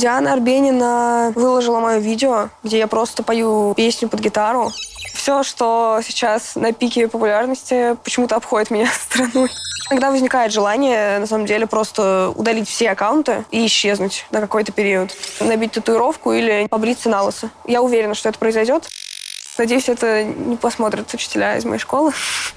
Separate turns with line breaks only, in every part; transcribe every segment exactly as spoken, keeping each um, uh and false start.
Диана Арбенина выложила мое видео, где я просто пою песню под гитару. Все, что сейчас на пике популярности, почему-то обходит меня стороной. Иногда возникает желание, на самом деле, просто удалить все аккаунты и исчезнуть на какой-то период. Набить татуировку или побриться на лысо. Я уверена, что это произойдет. Надеюсь, это не посмотрят учителя из моей школы.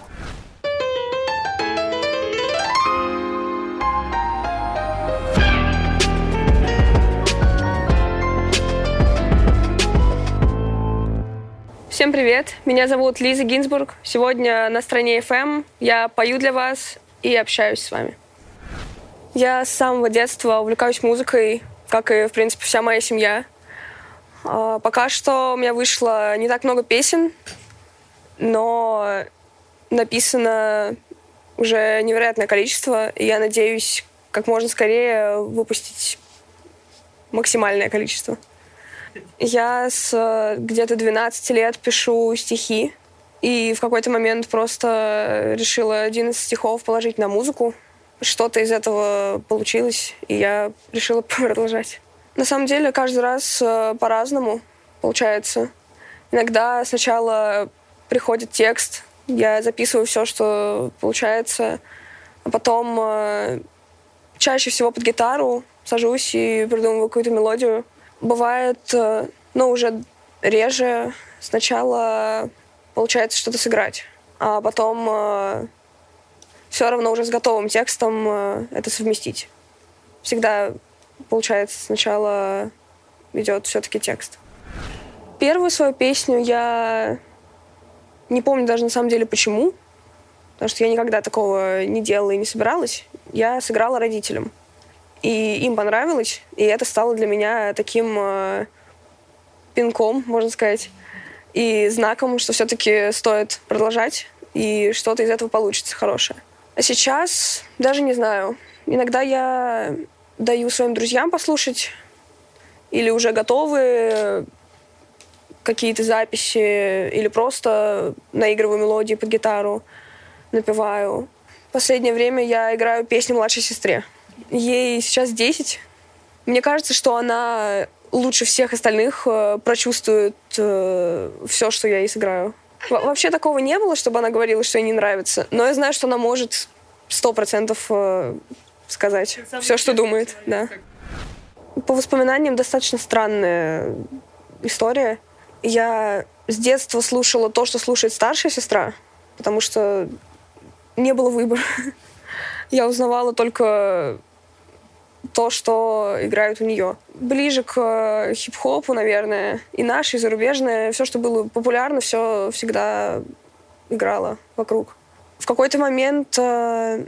Всем привет! Меня зовут Лиза Гинзбург. Сегодня на Стране эф эм я пою для вас и общаюсь с вами. Я с самого детства увлекаюсь музыкой, как и, в принципе, вся моя семья. Пока что у меня вышло не так много песен, но написано уже невероятное количество, и я надеюсь как можно скорее выпустить максимальное количество. Я с где-то двенадцати лет пишу стихи, и в какой-то момент просто решила один из стихов положить на музыку. Что-то из этого получилось, и я решила продолжать. На самом деле, каждый раз по-разному получается. Иногда сначала приходит текст, я записываю все, что получается, а потом чаще всего под гитару сажусь и придумываю какую-то мелодию. Бывает, но уже реже, сначала получается что-то сыграть, а потом э, все равно уже с готовым текстом э, это совместить. Всегда, получается, сначала идет все-таки текст. Первую свою песню я не помню даже на самом деле почему, потому что я никогда такого не делала и не собиралась. Я сыграла родителям. И им понравилось, и это стало для меня таким э, пинком, можно сказать, и знаком, что все-таки стоит продолжать, и что-то из этого получится хорошее. А сейчас даже не знаю. Иногда я даю своим друзьям послушать, или уже готовые какие-то записи, или просто наигрываю мелодии под гитару, напеваю. В последнее время я играю песни младшей сестре. Ей сейчас десять. Мне кажется, что она лучше всех остальных э, прочувствует э, все, что я ей сыграю. Во- вообще такого не было, чтобы она говорила, что ей не нравится. Но я знаю, что она может сто процентов э, сказать все, что думает. Да. По воспоминаниям достаточно странная история. Я с детства слушала то, что слушает старшая сестра, потому что не было выбора. Я узнавала только то, что играют у нее. Ближе к хип-хопу, наверное, и наше, и зарубежное. Все, что было популярно, все всегда играло вокруг. В какой-то момент э,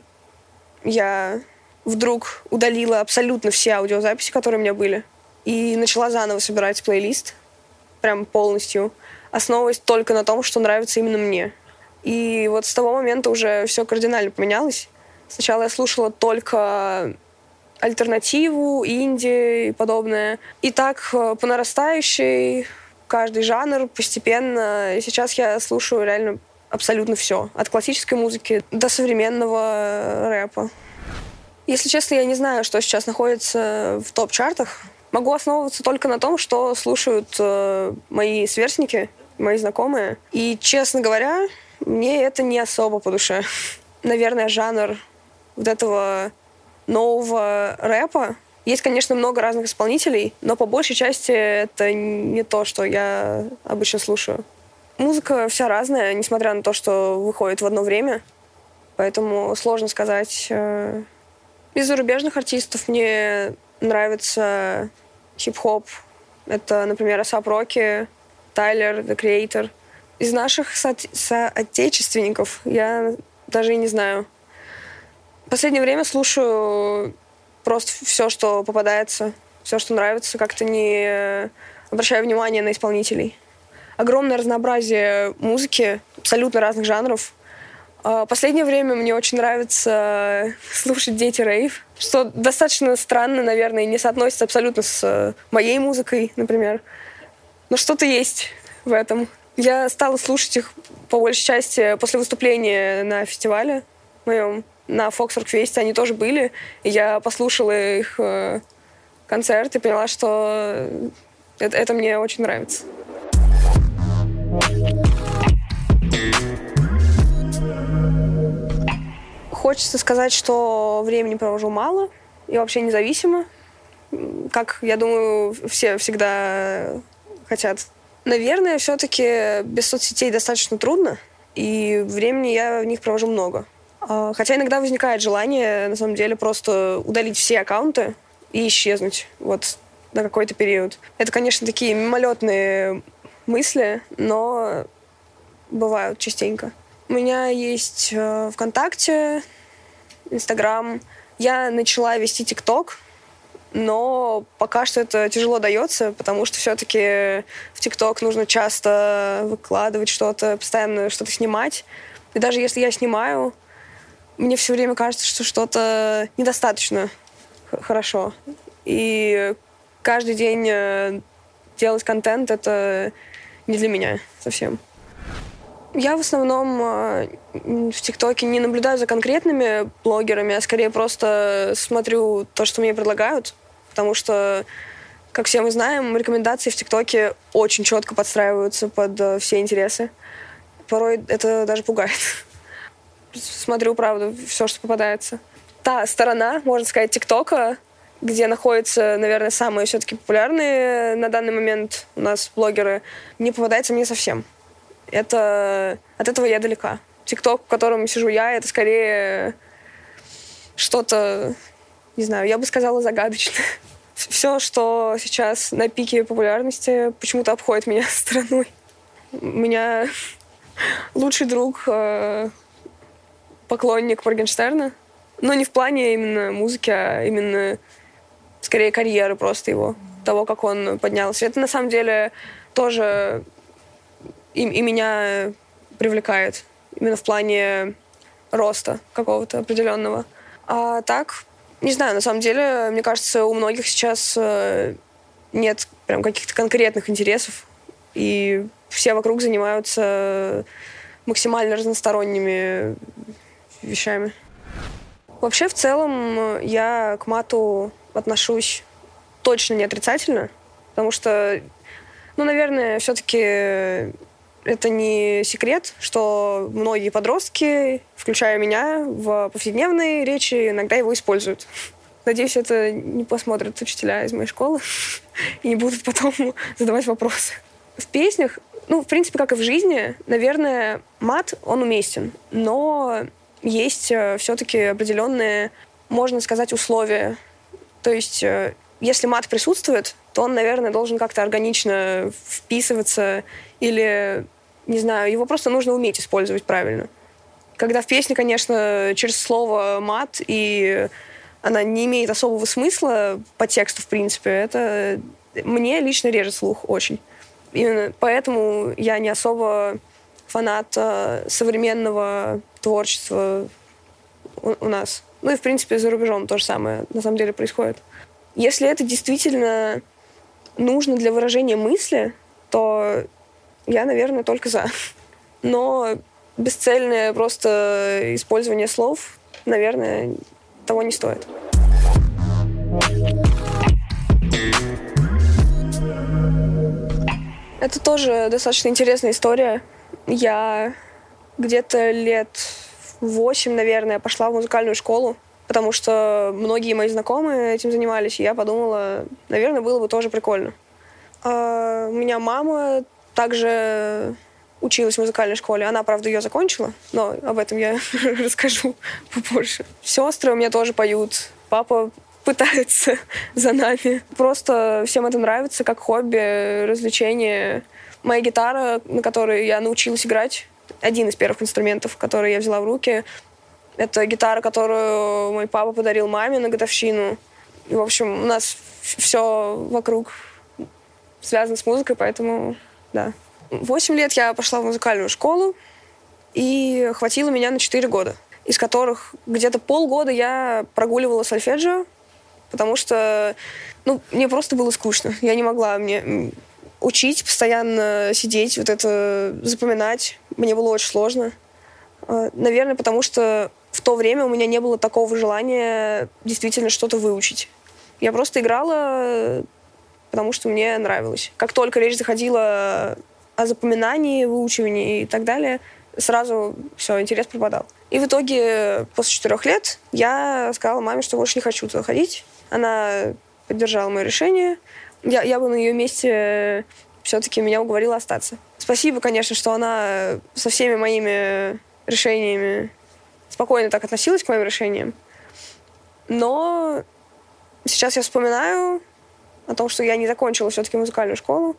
я вдруг удалила абсолютно все аудиозаписи, которые у меня были, и начала заново собирать плейлист, прям полностью, основываясь только на том, что нравится именно мне. И вот с того момента уже все кардинально поменялось. Сначала я слушала только альтернативу, инди и подобное. И так по нарастающей, каждый жанр постепенно. И сейчас я слушаю реально абсолютно все. От классической музыки до современного рэпа. Если честно, я не знаю, что сейчас находится в топ-чартах. Могу основываться только на том, что слушают э, мои сверстники, мои знакомые. И, честно говоря, мне это не особо по душе. Наверное, жанр вот этого нового рэпа. Есть, конечно, много разных исполнителей, но по большей части это не то, что я обычно слушаю. Музыка вся разная, несмотря на то, что выходит в одно время. Поэтому сложно сказать. Из зарубежных артистов мне нравится хип-хоп. Это, например, A$эй пи Rocky, Тайлер, The Creator. Из наших со- соотечественников я даже и не знаю. В последнее время слушаю просто все, что попадается, все, что нравится, как-то не обращаю внимания на исполнителей. Огромное разнообразие музыки, абсолютно разных жанров. В последнее время мне очень нравится слушать «Дети рейв», что достаточно странно, наверное, и не соотносится абсолютно с моей музыкой, например. Но что-то есть в этом. Я стала слушать их по большей части после выступления на фестивале моем. На Фокс Рок Фесте они тоже были. И я послушала их э, концерт и поняла, что это, это мне очень нравится. Хочется сказать, что времени провожу мало и вообще независимо. Как, я думаю, все всегда хотят. Наверное, все-таки без соцсетей достаточно трудно, и времени я в них провожу много. Хотя иногда возникает желание, на самом деле, просто удалить все аккаунты и исчезнуть вот на какой-то период. Это, конечно, такие мимолетные мысли, но бывают частенько. У меня есть ВКонтакте, Инстаграм. Я начала вести ТикТок, но пока что это тяжело дается, потому что все-таки в ТикТок нужно часто выкладывать что-то, постоянно что-то снимать. И даже если я снимаю, мне все время кажется, что что-то недостаточно хорошо. И каждый день делать контент — это не для меня совсем. Я в основном в ТикТоке не наблюдаю за конкретными блогерами, а скорее просто смотрю то, что мне предлагают, потому что, как все мы знаем, рекомендации в ТикТоке очень четко подстраиваются под все интересы. Порой это даже пугает. Смотрю, правда, все, что попадается. Та сторона, можно сказать, ТикТока, где находятся, наверное, самые все-таки популярные на данный момент у нас блогеры, не попадается мне совсем. Это... От этого я далека. ТикТок, в котором сижу я, это скорее что-то, не знаю, я бы сказала, загадочное. Все, что сейчас на пике популярности, почему-то обходит меня стороной. У меня лучший друг, поклонник Моргенштерна. Но не в плане именно музыки, а именно скорее карьеры просто его, того, как он поднялся. Это на самом деле тоже и, и меня привлекает именно в плане роста какого-то определенного. А так, не знаю, на самом деле, мне кажется, у многих сейчас нет прям каких-то конкретных интересов, и все вокруг занимаются максимально разносторонними вещами. Вообще, в целом, я к мату отношусь точно не отрицательно, потому что, ну, наверное, все-таки это не секрет, что многие подростки, включая меня, в повседневной речи иногда его используют. Надеюсь, это не посмотрят учителя из моей школы и не будут потом задавать вопросы. В песнях, ну, в принципе, как и в жизни, наверное, мат, он уместен, но есть все-таки определенные, можно сказать, условия. То есть, если мат присутствует, то он, наверное, должен как-то органично вписываться или, не знаю, его просто нужно уметь использовать правильно. Когда в песне, конечно, через слово мат, и она не имеет особого смысла по тексту, в принципе, это мне лично режет слух очень. Именно поэтому я не особо фанат современного творчества у, у нас. Ну и, в принципе, за рубежом то же самое на самом деле происходит. Если это действительно нужно для выражения мысли, то я, наверное, только за. Но бесцельное просто использование слов, наверное, того не стоит. Это тоже достаточно интересная история. Я где-то лет восемь, наверное, пошла в музыкальную школу, потому что многие мои знакомые этим занимались, и я подумала, наверное, было бы тоже прикольно. А у меня мама также училась в музыкальной школе. Она, правда, ее закончила, но об этом я расскажу попозже. Сестры у меня тоже поют. Папа пытается за нами. Просто всем это нравится как хобби, развлечение. Моя гитара, на которой я научилась играть, один из первых инструментов, который я взяла в руки, это гитара, которую мой папа подарил маме на годовщину. И, в общем, у нас все вокруг связано с музыкой, поэтому да. Восемь лет я пошла в музыкальную школу, и хватило меня на четыре года, из которых где-то полгода я прогуливала сольфеджио, потому что, ну, мне просто было скучно. Я не могла мне учить, постоянно сидеть, вот это запоминать. Мне было очень сложно. Наверное, потому что в то время у меня не было такого желания действительно что-то выучить. Я просто играла, потому что мне нравилось. Как только речь заходила о запоминании, выучивании и так далее, сразу все, интерес пропадал. И в итоге после четырех лет я сказала маме, что больше не хочу туда ходить. Она поддержала мое решение. Я, я бы на ее месте все-таки меня уговорила остаться. Спасибо, конечно, что она со всеми моими решениями спокойно так относилась к моим решениям. Но сейчас я вспоминаю о том, что я не закончила все-таки музыкальную школу.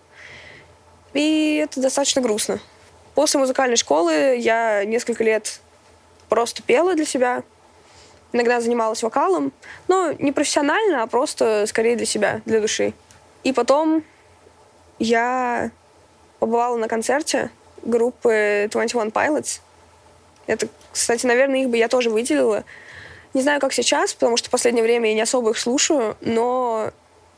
И это достаточно грустно. После музыкальной школы я несколько лет просто пела для себя. Иногда занималась вокалом. Но не профессионально, а просто скорее для себя, для души. И потом я побывала на концерте группы двадцать один Pilots. Это, кстати, наверное, их бы я тоже выделила. Не знаю, как сейчас, потому что в последнее время я не особо их слушаю, но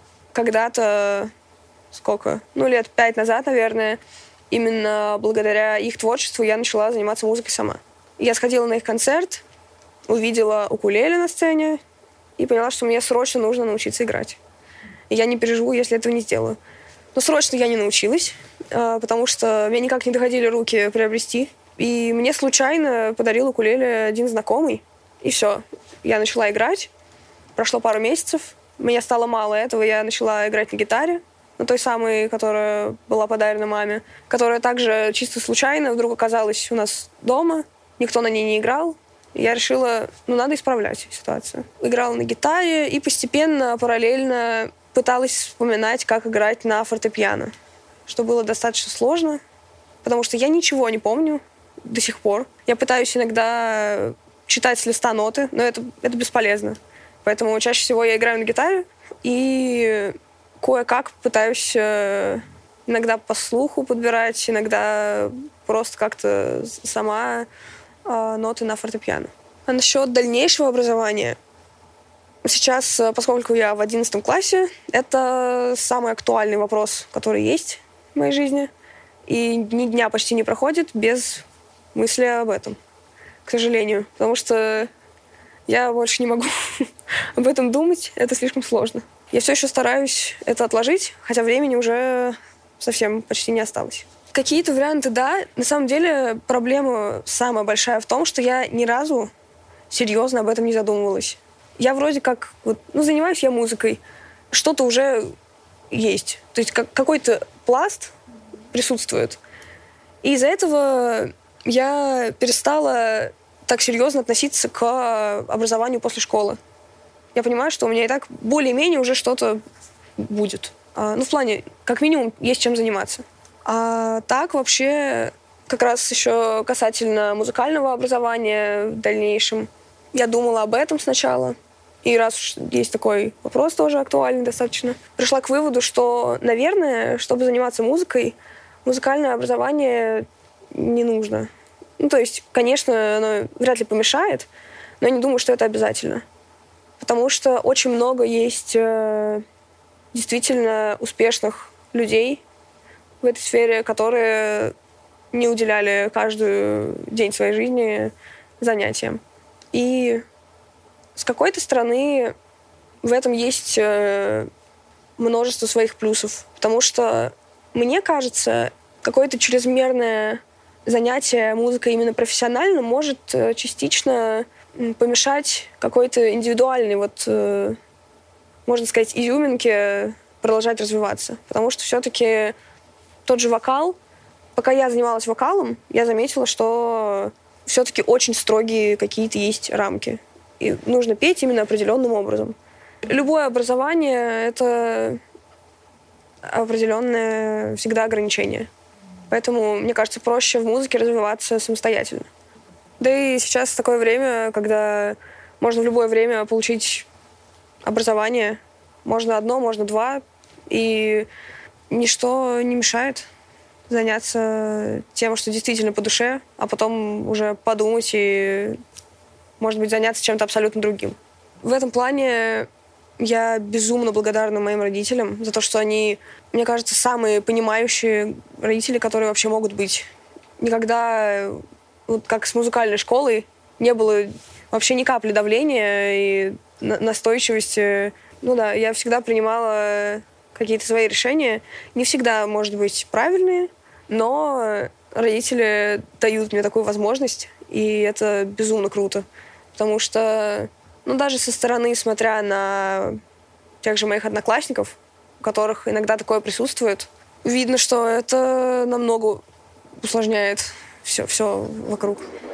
когда-то, сколько, ну, лет пять назад, наверное, именно благодаря их творчеству я начала заниматься музыкой сама. Я сходила на их концерт, увидела укулеле на сцене и поняла, что мне срочно нужно научиться играть. И я не переживу, если этого не сделаю. Но срочно я не научилась, потому что мне никак не доходили руки приобрести. И мне случайно подарил укулеле один знакомый. И все. Я начала играть. Прошло пару месяцев. Мне стало мало этого. Я начала играть на гитаре. На той самой, которая была подарена маме. Которая также чисто случайно вдруг оказалась у нас дома. Никто на ней не играл. И я решила, ну, надо исправлять ситуацию. Играла на гитаре и постепенно, параллельно пыталась вспоминать, как играть на фортепиано. Что было достаточно сложно, потому что я ничего не помню до сих пор. Я пытаюсь иногда читать с листа ноты, но это, это бесполезно. Поэтому чаще всего я играю на гитаре и кое-как пытаюсь иногда по слуху подбирать, иногда просто как-то сама ноты на фортепиано. А насчет дальнейшего образования. Сейчас, поскольку я в одиннадцатом классе, это самый актуальный вопрос, который есть в моей жизни. И ни дня почти не проходит без мысли об этом, к сожалению. Потому что я больше не могу об этом думать, это слишком сложно. Я все еще стараюсь это отложить, хотя времени уже совсем почти не осталось. Какие-то варианты, да. На самом деле проблема самая большая в том, что я ни разу серьезно об этом не задумывалась. Я вроде как, вот, ну, занимаюсь я музыкой, что-то уже есть. То есть как, какой-то пласт присутствует. И из-за этого я перестала так серьезно относиться к образованию после школы. Я понимаю, что у меня и так более-менее уже что-то будет. А, ну, в плане, как минимум, есть чем заниматься. А так вообще, как раз еще касательно музыкального образования в дальнейшем, я думала об этом сначала. И раз уж есть такой вопрос тоже актуальный достаточно, пришла к выводу, что, наверное, чтобы заниматься музыкой, музыкальное образование не нужно. Ну, то есть, конечно, оно вряд ли помешает, но я не думаю, что это обязательно. Потому что очень много есть э, действительно успешных людей в этой сфере, которые не уделяли каждый день своей жизни занятиям. И с какой-то стороны в этом есть э, множество своих плюсов. Потому что, мне кажется, какое-то чрезмерное занятие музыкой именно профессионально может э, частично помешать какой-то индивидуальной, вот, э, можно сказать, изюминке продолжать развиваться. Потому что все-таки тот же вокал, пока я занималась вокалом, я заметила, что все-таки очень строгие какие-то есть рамки. И нужно петь именно определенным образом. Любое образование — это определенное всегда ограничение. Поэтому, мне кажется, проще в музыке развиваться самостоятельно. Да и сейчас такое время, когда можно в любое время получить образование. Можно одно, можно два. И ничто не мешает заняться тем, что действительно по душе, а потом уже подумать и, может быть, заняться чем-то абсолютно другим. В этом плане я безумно благодарна моим родителям за то, что они, мне кажется, самые понимающие родители, которые вообще могут быть. Никогда, вот как с музыкальной школой, не было вообще ни капли давления и настойчивости ну да, я всегда принимала какие-то свои решения. Не всегда, может быть, правильные, но родители дают мне такую возможность, и это безумно круто. Потому что, ну, даже со стороны, смотря на тех же моих одноклассников, у которых иногда такое присутствует, видно, что это намного усложняет все, все вокруг.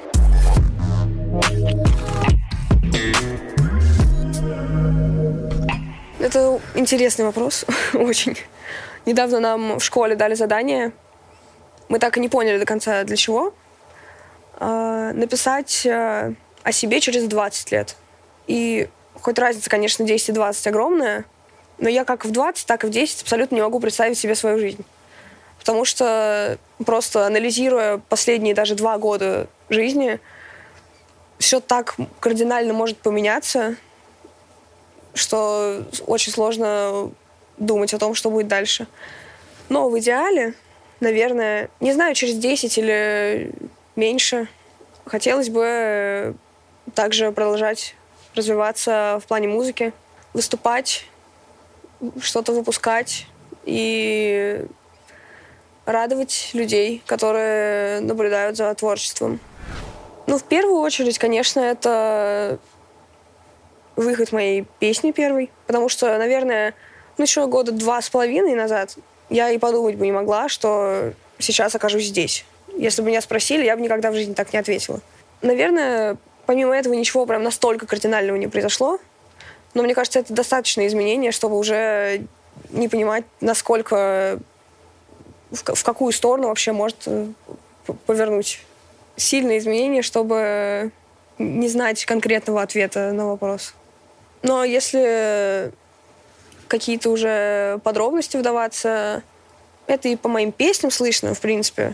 Это интересный вопрос, очень. Недавно нам в школе дали задание, мы так и не поняли до конца, для чего, написать о себе через двадцать лет. И хоть разница, конечно, десять и двадцать огромная, но я как в двадцать, так и в десять абсолютно не могу представить себе свою жизнь. Потому что просто анализируя последние даже два года жизни, все так кардинально может поменяться, что очень сложно думать о том, что будет дальше. Но в идеале, наверное, не знаю, через десять или меньше, хотелось бы также продолжать развиваться в плане музыки, выступать, что-то выпускать и радовать людей, которые наблюдают за творчеством. Ну, в первую очередь, конечно, это выход моей песни первой, потому что, наверное, ну, еще года два с половиной назад я и подумать бы не могла, что сейчас окажусь здесь. Если бы меня спросили, я бы никогда в жизни так не ответила. Наверное, помимо этого ничего прям настолько кардинального не произошло, но мне кажется, это достаточное изменение, чтобы уже не понимать, насколько, в, в какую сторону вообще может повернуть. Сильное изменение, чтобы не знать конкретного ответа на вопрос. Но если какие-то уже подробности вдаваться, это и по моим песням слышно, в принципе,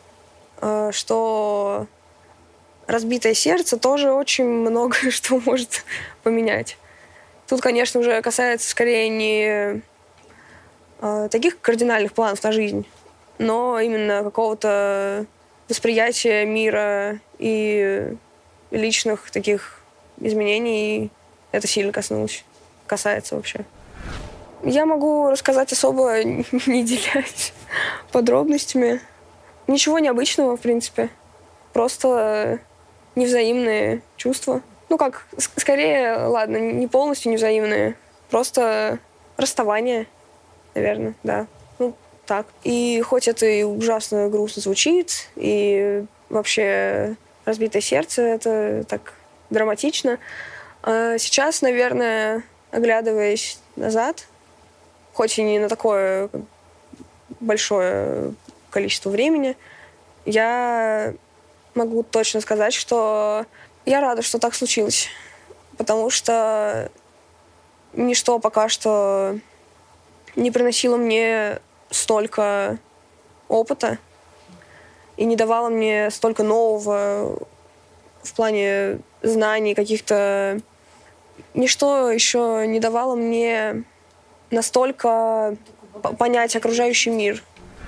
что разбитое сердце тоже очень много что может поменять. Тут, конечно, уже касается скорее не таких кардинальных планов на жизнь, но именно какого-то восприятия мира и личных таких изменений. Это сильно коснулось, касается вообще. Я могу рассказать особо, не делясь подробностями. Ничего необычного, в принципе. Просто невзаимные чувства. Ну как, скорее, ладно, не полностью невзаимные. Просто расставание, наверное, да. Ну, так. И хоть это и ужасно грустно звучит, и вообще разбитое сердце, это так драматично. А сейчас, наверное, оглядываясь назад, хоть и не на такое большое количество времени, я могу точно сказать, что я рада, что так случилось. Потому что ничто пока что не приносило мне столько опыта и не давало мне столько нового в плане знаний каких-то. Ничто еще не давало мне настолько понять окружающий мир.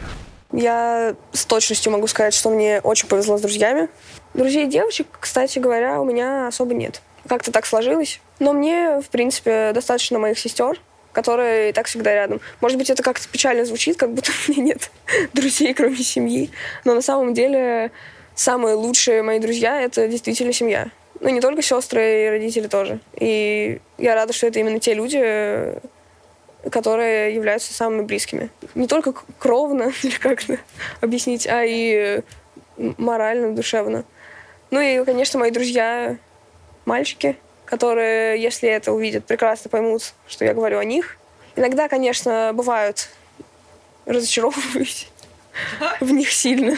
Я с точностью могу сказать, что мне очень повезло с друзьями. Друзей девочек, кстати говоря, у меня особо нет. Как-то так сложилось. Но мне, в принципе, достаточно моих сестер, которые и так всегда рядом. Может быть, это как-то печально звучит, как будто у меня нет друзей, кроме семьи. Но на самом деле самые лучшие мои друзья — это действительно семья. Ну, не только сестры и родители тоже. И я рада, что это именно те люди, которые являются самыми близкими. Не только кровно, или как-то объяснить, а и морально, душевно. Ну и, конечно, мои друзья, мальчики, которые, если это увидят, прекрасно поймут, что я говорю о них. Иногда, конечно, бывают, разочаровываюсь в них сильно.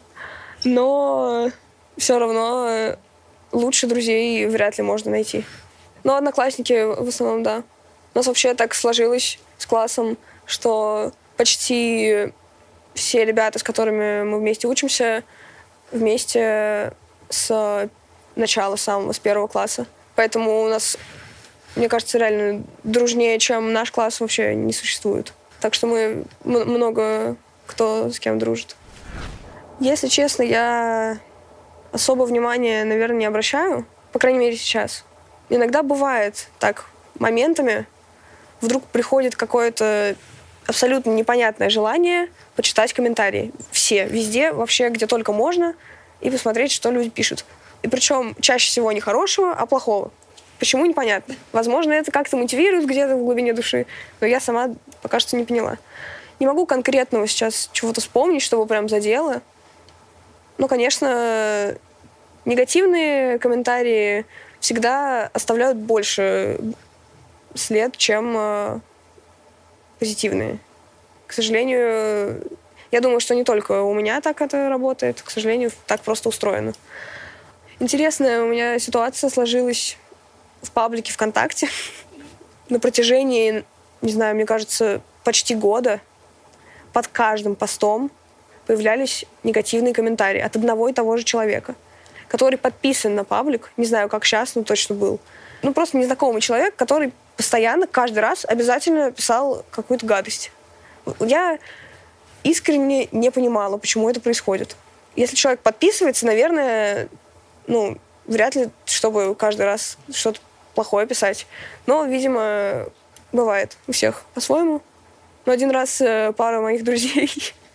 Но все равно лучше друзей вряд ли можно найти. Но одноклассники в основном, да. У нас вообще так сложилось с классом, что почти все ребята, с которыми мы вместе учимся, вместе с начала самого, с первого класса. Поэтому у нас, мне кажется, реально дружнее, чем наш класс, вообще не существует. Так что мы много кто с кем дружит. Если честно, я особо внимания, наверное, не обращаю. По крайней мере, сейчас. Иногда бывает так моментами, вдруг приходит какое-то абсолютно непонятное желание почитать комментарии. Все, везде, вообще, где только можно, и посмотреть, что люди пишут. И причем чаще всего не хорошего, а плохого. Почему, непонятно. Возможно, это как-то мотивирует где-то в глубине души, но я сама пока что не поняла. Не могу конкретного сейчас чего-то вспомнить, чтобы прям задело. Ну, конечно, негативные комментарии всегда оставляют больше след, чем э, позитивные. К сожалению, я думаю, что не только у меня так это работает. К сожалению, так просто устроено. Интересная у меня ситуация сложилась в паблике ВКонтакте. На протяжении, не знаю, мне кажется, почти года под каждым постом появлялись негативные комментарии от одного и того же человека, который подписан на паблик, не знаю, как сейчас, но точно был. Ну, просто незнакомый человек, который постоянно, каждый раз обязательно писал какую-то гадость. Я искренне не понимала, почему это происходит. Если человек подписывается, наверное, ну, вряд ли, чтобы каждый раз что-то плохое писать. Но, видимо, бывает у всех по-своему. Но один раз пара моих друзей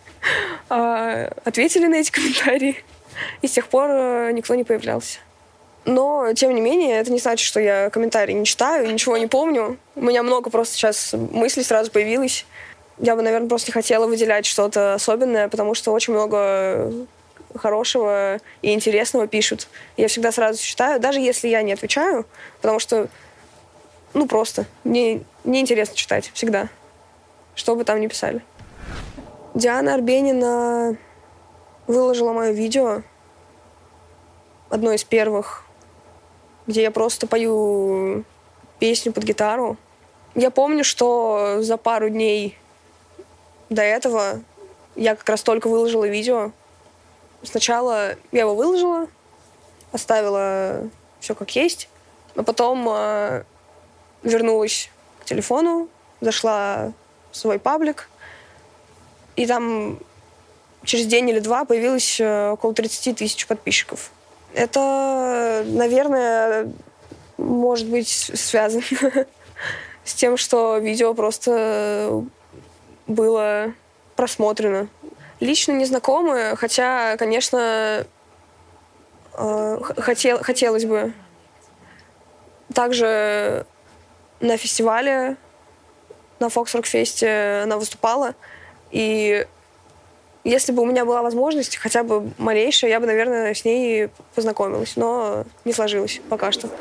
ответили на эти комментарии, и с тех пор никто не появлялся. Но, тем не менее, это не значит, что я комментарии не читаю, ничего не помню. У меня много просто сейчас мыслей сразу появилось. Я бы, наверное, просто не хотела выделять что-то особенное, потому что очень много хорошего и интересного пишут. Я всегда сразу читаю, даже если я не отвечаю, потому что, ну, просто мне, мне интересно читать всегда, что бы там ни писали. Диана Арбенина выложила мое видео, одно из первых, где я просто пою песню под гитару. Я помню, что за пару дней до этого я как раз только выложила видео. Сначала я его выложила, оставила все как есть, а потом э, вернулась к телефону, зашла в свой паблик, и там через день или два появилось э, около тридцать тысяч подписчиков. Это, наверное, может быть связано с тем, что видео просто было просмотрено. Лично незнакомые, хотя, конечно, э, хотел, хотелось бы. Также на фестивале, на Фокс-Рок-фесте она выступала. И если бы у меня была возможность, хотя бы малейшая, я бы, наверное, с ней познакомилась. Но не сложилось пока что.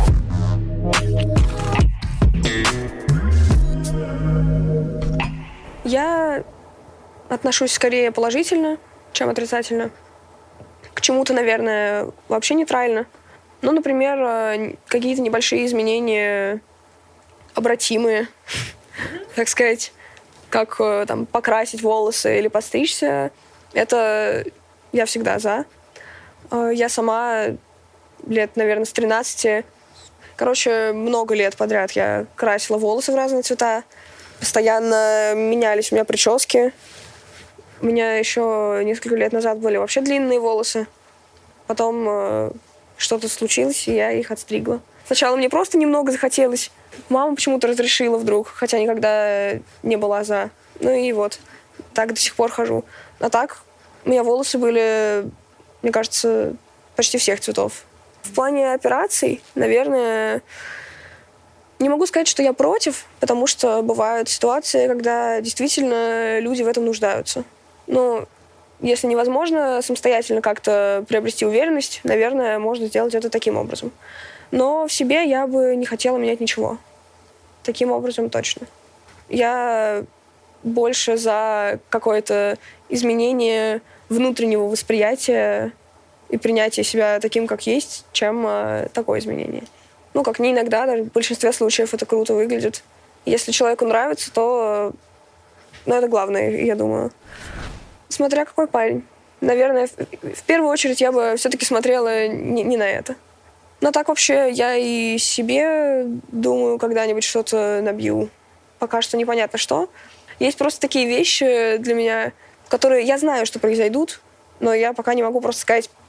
Я отношусь скорее положительно, чем отрицательно. К чему-то, наверное, вообще нейтрально. Ну, например, какие-то небольшие изменения обратимые, так сказать, как там покрасить волосы или подстричься. Это я всегда за. Я сама лет, наверное, с тринадцати, короче, много лет подряд я красила волосы в разные цвета. Постоянно менялись у меня прически. У меня еще несколько лет назад были вообще длинные волосы. Потом э, что-то случилось, и я их отстригла. Сначала мне просто немного захотелось. Мама почему-то разрешила вдруг, хотя никогда не была за. Ну и вот, так до сих пор хожу. А так у меня волосы были, мне кажется, почти всех цветов. В плане операций, наверное, не могу сказать, что я против, потому что бывают ситуации, когда действительно люди в этом нуждаются. Ну, если невозможно самостоятельно как-то приобрести уверенность, наверное, можно сделать это таким образом. Но в себе я бы не хотела менять ничего. Таким образом точно. Я больше за какое-то изменение внутреннего восприятия и принятие себя таким, как есть, чем э, такое изменение. Ну, как не иногда, даже в большинстве случаев это круто выглядит. Если человеку нравится, то ну, это главное, я думаю. Смотря какой парень. Наверное, в, в первую очередь я бы все-таки смотрела не, не на это. Но так вообще я и себе думаю, когда-нибудь что-то набью. Пока что непонятно что. Есть просто такие вещи для меня, которые я знаю, что произойдут, но я пока не могу просто сказать,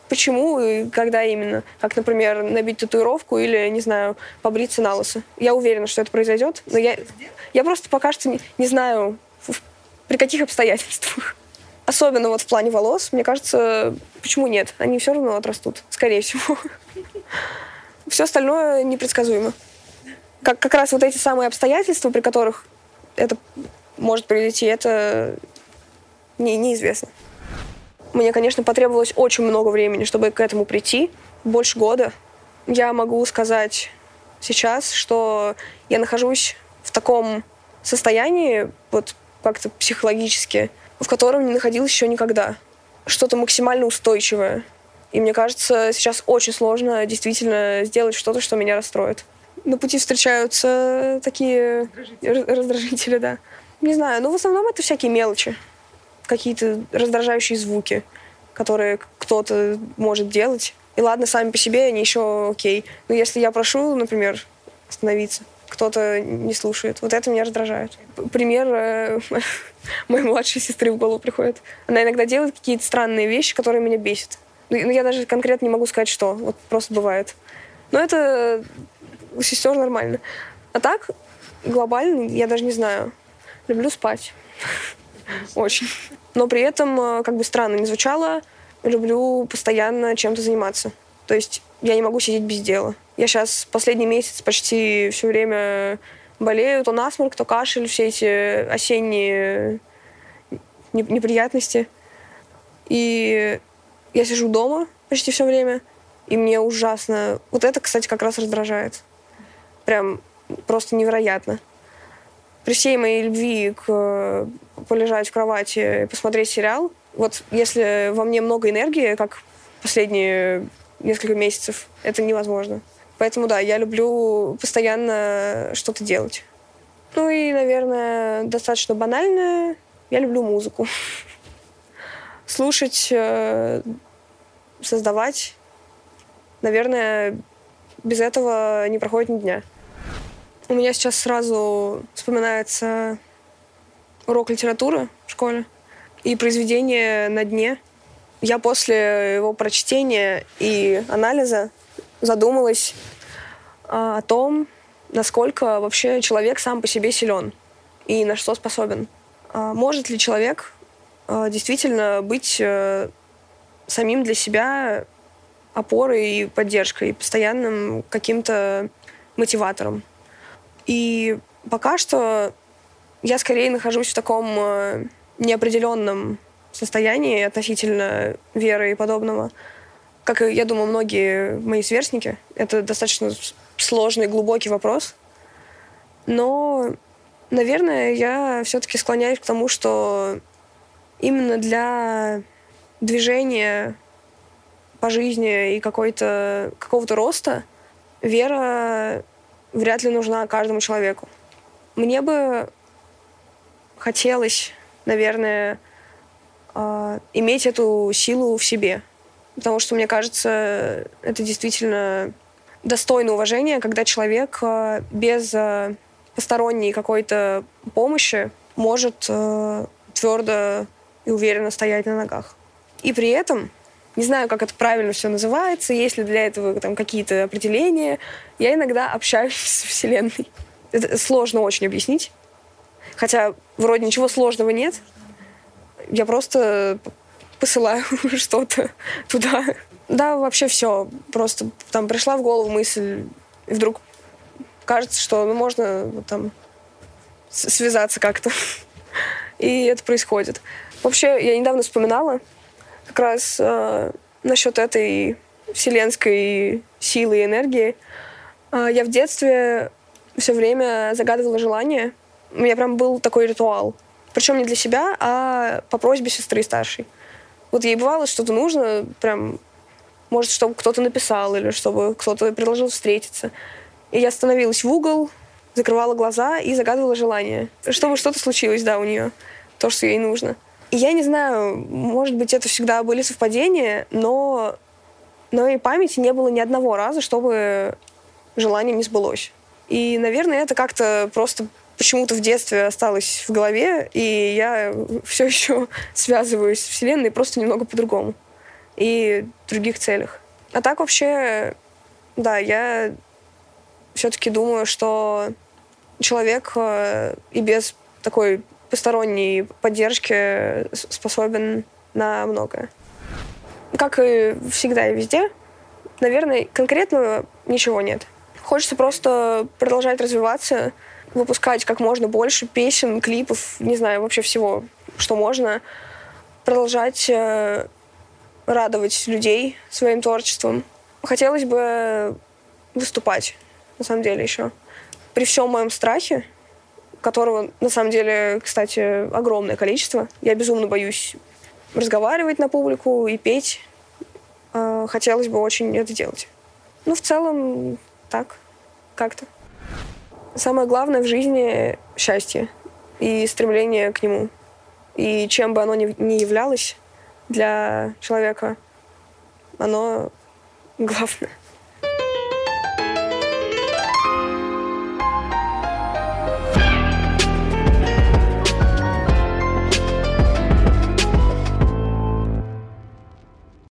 почему и когда именно. Как, например, набить татуировку или, не знаю, побриться на лысо. Я уверена, что это произойдет, но я, я просто пока что не, не знаю, в, при каких обстоятельствах. Особенно вот в плане волос, мне кажется, почему нет? Они все равно отрастут, скорее всего. Все остальное непредсказуемо. Как, как раз вот эти самые обстоятельства, при которых это может произойти, это не, неизвестно. Мне, конечно, потребовалось очень много времени, чтобы к этому прийти. Больше года. Я могу сказать сейчас, что я нахожусь в таком состоянии, вот как-то психологически, в котором не находилась еще никогда. Что-то максимально устойчивое. И мне кажется, сейчас очень сложно действительно сделать что-то, что меня расстроит. На пути встречаются такие раздражители, раздражители да. Не знаю, но в основном это всякие мелочи. Какие-то раздражающие звуки, которые кто-то может делать. И ладно, сами по себе они еще окей. Но если я прошу, например, остановиться, кто-то не слушает. Вот это меня раздражает. Пример э, моей младшей сестры в голову приходит. Она иногда делает какие-то странные вещи, которые меня бесят. Ну, я даже конкретно не могу сказать, что. Вот просто бывает. Но это у сестер нормально. А так, глобально, я даже не знаю. Люблю спать. Очень. Но при этом, как бы странно ни звучало, люблю постоянно чем-то заниматься. То есть я не могу сидеть без дела. Я сейчас последний месяц почти все время болею. То насморк, то кашель, все эти осенние неприятности. И я сижу дома почти все время, и мне ужасно... Вот это, кстати, как раз раздражает. Прям просто невероятно. При всей моей любви к полежать в кровати и посмотреть сериал, вот если во мне много энергии, как последние несколько месяцев, это невозможно. Поэтому, да, я люблю постоянно что-то делать. Ну и, наверное, достаточно банально, я люблю музыку. Слушать, создавать, наверное, без этого не проходит ни дня. У меня сейчас сразу вспоминается урок литературы в школе и произведение «На дне». Я после его прочтения и анализа задумалась о том, насколько вообще человек сам по себе силен и на что способен. Может ли человек действительно быть самим для себя опорой и поддержкой, и постоянным каким-то мотиватором? И пока что я скорее нахожусь в таком неопределенном состоянии относительно веры и подобного. Как, я думаю, многие мои сверстники. Это достаточно сложный, глубокий вопрос. Но, наверное, я все-таки склоняюсь к тому, что именно для движения по жизни и какой-то, какого-то роста вера вряд ли нужна каждому человеку. Мне бы хотелось, наверное, иметь эту силу в себе. Потому что, мне кажется, это действительно достойно уважения, когда человек без посторонней какой-то помощи может твердо и уверенно стоять на ногах. И при этом, не знаю, как это правильно все называется, есть ли для этого там какие-то определения, я иногда общаюсь с Вселенной. Это сложно очень объяснить. Хотя вроде ничего сложного нет. Я просто посылаю что-то туда. Да, вообще все. Просто там пришла в голову мысль, и вдруг кажется, что ну, можно вот, там связаться как-то. И это происходит. Вообще, я недавно вспоминала как раз э, насчет этой вселенской силы и энергии. Э, я в детстве все время загадывала желание. У меня прям был такой ритуал. Причем не для себя, а по просьбе сестры старшей. Вот ей бывало что-то нужно, прям, может, чтобы кто-то написал или чтобы кто-то предложил встретиться. И я становилась в угол, закрывала глаза и загадывала желание. Чтобы что-то случилось, да, у нее. То, что ей нужно. И я не знаю, может быть, это всегда были совпадения, но на моей памяти не было ни одного раза, чтобы желание не сбылось. И, наверное, это как-то просто почему-то в детстве осталось в голове, и я все еще связываюсь с Вселенной просто немного по-другому. и других целях. А так вообще, да, я все-таки думаю, что человек и без такой посторонней поддержки способен на многое. Как и всегда и везде, наверное, конкретно ничего нет. Хочется просто продолжать развиваться, выпускать как можно больше песен, клипов, не знаю, вообще всего, что можно. Продолжать э, радовать людей своим творчеством. Хотелось бы выступать, на самом деле, еще. При всем моем страхе, которого, на самом деле, кстати, огромное количество, я безумно боюсь разговаривать на публику и петь. Э, хотелось бы очень это делать. Ну, в целом, так, как-то. Самое главное в жизни — счастье и стремление к нему. И чем бы оно ни являлось для человека, оно главное.